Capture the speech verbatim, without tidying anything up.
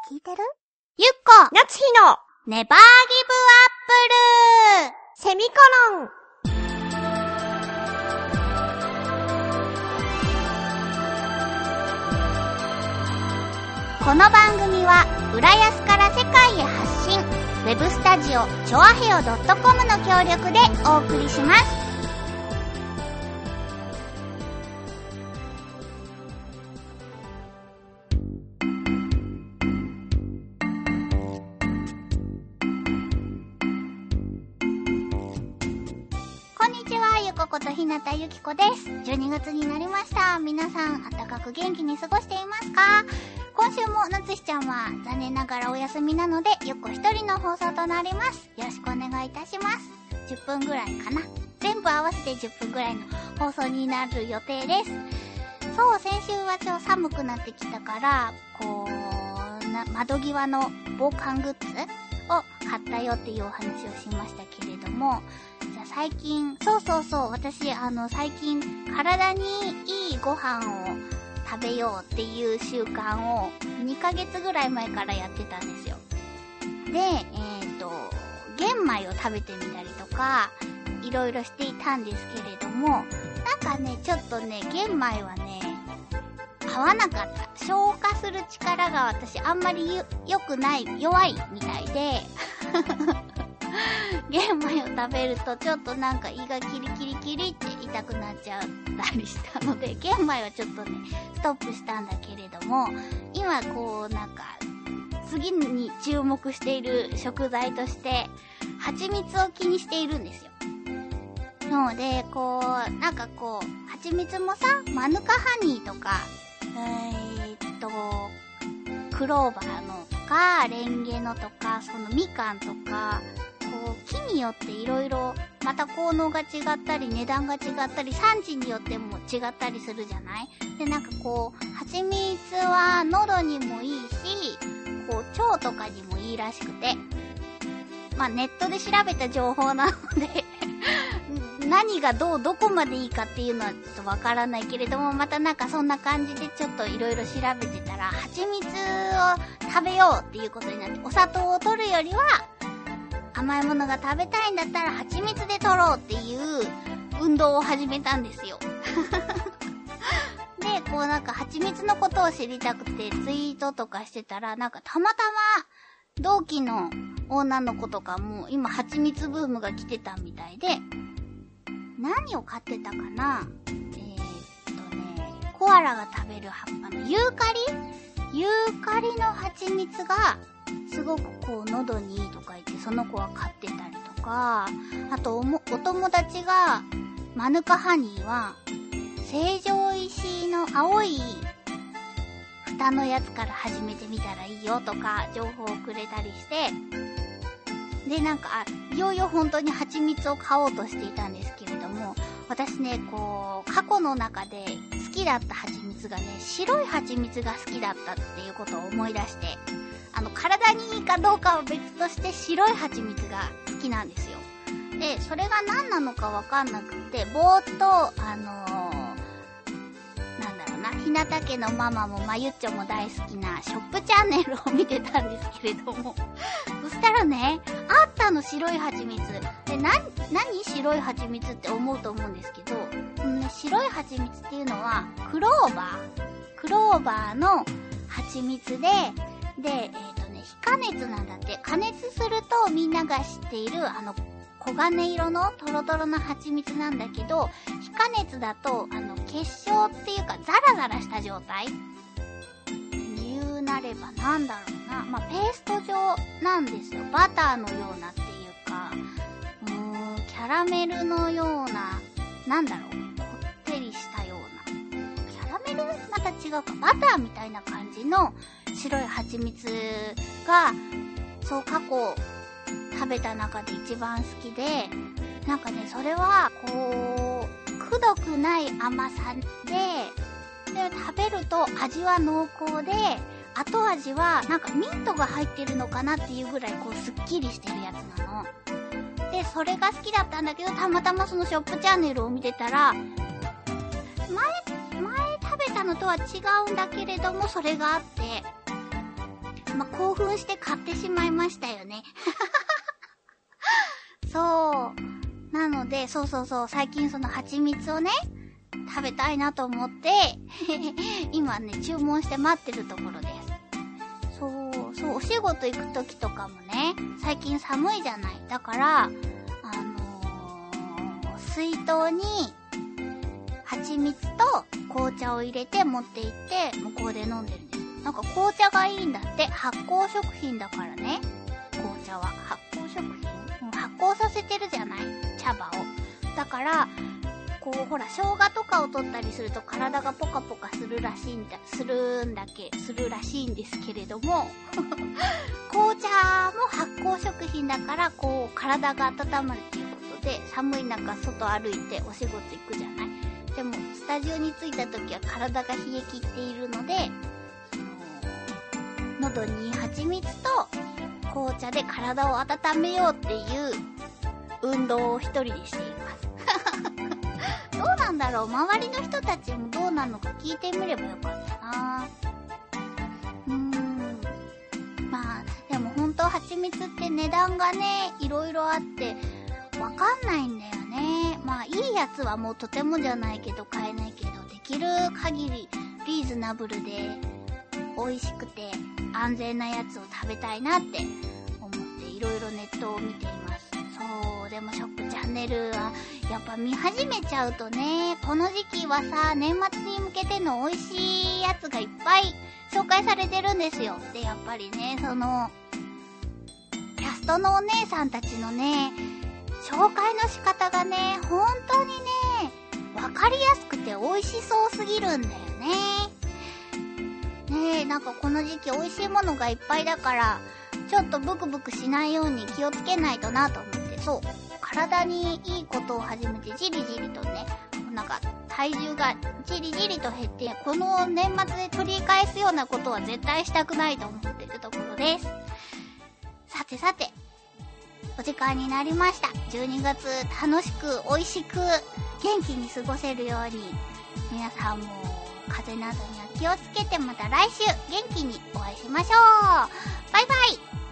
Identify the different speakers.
Speaker 1: 聞いてる？ゆっこ
Speaker 2: なつひの
Speaker 1: ネバーギブアップル
Speaker 2: セミコロン。
Speaker 1: この番組は浦安から世界へ発信、ウェブスタジオチョアヘオ .com の協力でお送りします。こんにちは、ゆこことひなたゆきこです。じゅうにがつになりました。皆さん暖かく元気に過ごしていますか？今週もなつひちゃんは残念ながらお休みなので、ゆっこ一人の放送となります。よろしくお願いいたします。じゅっぷんぐらいかな。全部合わせてじゅっぷんぐらいの放送になる予定です。そう、先週はちょっと寒くなってきたから、こうな窓際の防寒グッズを買ったよっていうお話をしましたけれども、じゃあ最近、そうそうそう、私あの最近体にいいご飯を食べようっていう習慣をにかげつぐらい前からやってたんですよ。で、えっと、玄米を食べてみたりとか、いろいろしていたんですけれども、なんかね、ちょっとね、玄米はね、合わなかった。消化する力が私あんまり良くない、弱いみたいで、玄米を食べるとちょっとなんか胃がキリキリキリって痛くなっちゃったりしたので、玄米はちょっとねストップしたんだけれども、今こうなんか次に注目している食材として蜂蜜を気にしているんですよ。なのでこうなんかこう蜂蜜もさ、マヌカハニーとかえーっとクローバーのとかレンゲのとか、そのみかんとか、こう木によっていろいろまた効能が違ったり値段が違ったり産地によっても違ったりするじゃない？で、なんかこう蜂蜜は喉にもいいし、こう腸とかにもいいらしくて、まあネットで調べた情報なので何がどうどこまでいいかっていうのはちょっとわからないけれども、またなんかそんな感じでちょっといろいろ調べてたら、蜂蜜を食べようっていうことになって、お砂糖を取るよりは甘いものが食べたいんだったら蜂蜜で取ろうっていう運動を始めたんですよで、こうなんか蜂蜜のことを知りたくてツイートとかしてたら、なんかたまたま同期の女の子とかも今蜂蜜ブームが来てたみたいで、何を買ってたかな、えー、っとねコアラが食べる葉っぱのユーカリユーカリの蜂蜜がすごくこう喉にいいとか言って、その子は買ってたりとか、あと お, もお友達がマヌカハニーは成城石井の青い蓋のやつから始めてみたらいいよとか情報をくれたりして、でなんかいよいよ本当に蜂蜜を買おうとしていたんですけれども、私ねこう過去の中で好きだった蜂蜜がね、白い蜂蜜が好きだったっていうことを思い出して、あの体にいいかどうかは別として白い蜂蜜が好きなんですよ。でそれが何なのかわかんなくて、ぼーっとあのー、なんだろうな、ひなた家のママもまゆっちょも大好きなショップチャンネルを見てたんですけれどもそしたらね、あったの白い蜂蜜で、な何白い蜂蜜って思うと思うんですけど、うんね、白い蜂蜜っていうのはクローバークローバーの蜂蜜で、で、えっとね、非加熱なんだって。加熱するとみんなが知っているあの黄金色のトロトロな蜂蜜なんだけど、非加熱だとあの結晶っていうかザラザラした状態、言うなればなんだろうな、まあ、ペースト状なんですよ。バターのようなっていうか、うーん、キャラメルのような、なんだろう、こってりしたような、キャラメルまた違うか、バターみたいな感じの白い蜂蜜が、そう過去食べた中で一番好きで、なんかね、それはこうくどくない甘さで、で食べると味は濃厚で、後味はなんかミントが入ってるのかなっていうぐらいこうすっきりしてるやつなので、それが好きだったんだけど、たまたまそのショップチャンネルを見てたら、前前食べたのとは違うんだけれどもそれがあって、 まあ、興奮して買ってしまいましたよね。そう。なので、そうそうそう、最近その蜂蜜をね、食べたいなと思って、今ね、注文して待ってるところです。そう、そう、お仕事行くときとかもね、最近寒いじゃない。だから、あのー、水筒に、蜂蜜と紅茶を入れて持って行って向こうで飲んでるんです。なんか紅茶がいいんだって。発酵食品だからね、紅茶は。発酵食品、うん、発酵させてるじゃない、茶葉を。だからこうほら生姜とかを取ったりすると体がポカポカするらしいんだするんだけするらしいんですけれども紅茶も発酵食品だからこう体が温まるっていうことで、寒い中外歩いてお仕事行くじゃない。でもスタジオに着いた時は体が冷え切っているので、その喉に蜂蜜と紅茶で体を温めようっていう運動を一人でしていますどうなんだろう、周りの人たちもどうなのか聞いてみればよかったな。うーん、まあでも本当蜂蜜って値段がねいろいろあってわかんないんだよね。まあいいやつはもうとてもじゃないけど買えないけど、できる限りリーズナブルで美味しくて安全なやつを食べたいなって思っていろいろネットを見ています。そう、でもショップチャンネルはやっぱ見始めちゃうとね、この時期はさ、年末に向けての美味しいやつがいっぱい紹介されてるんですよ。でやっぱりね、そのキャストのお姉さんたちのね紹介の仕方がね本当にねわかりやすくて美味しそうすぎるんだよね。ねえ、なんかこの時期美味しいものがいっぱいだからちょっとブクブクしないように気をつけないとなと思って、そう、体にいいことを始めてじりじりとね、なんか体重がじりじりと減って、この年末で取り返すようなことは絶対したくないと思っているところです。さてさて、お時間になりました。じゅうにがつ楽しく美味しく元気に過ごせるように、皆さんも風邪などには気をつけて、また来週元気にお会いしましょう。バイバイ。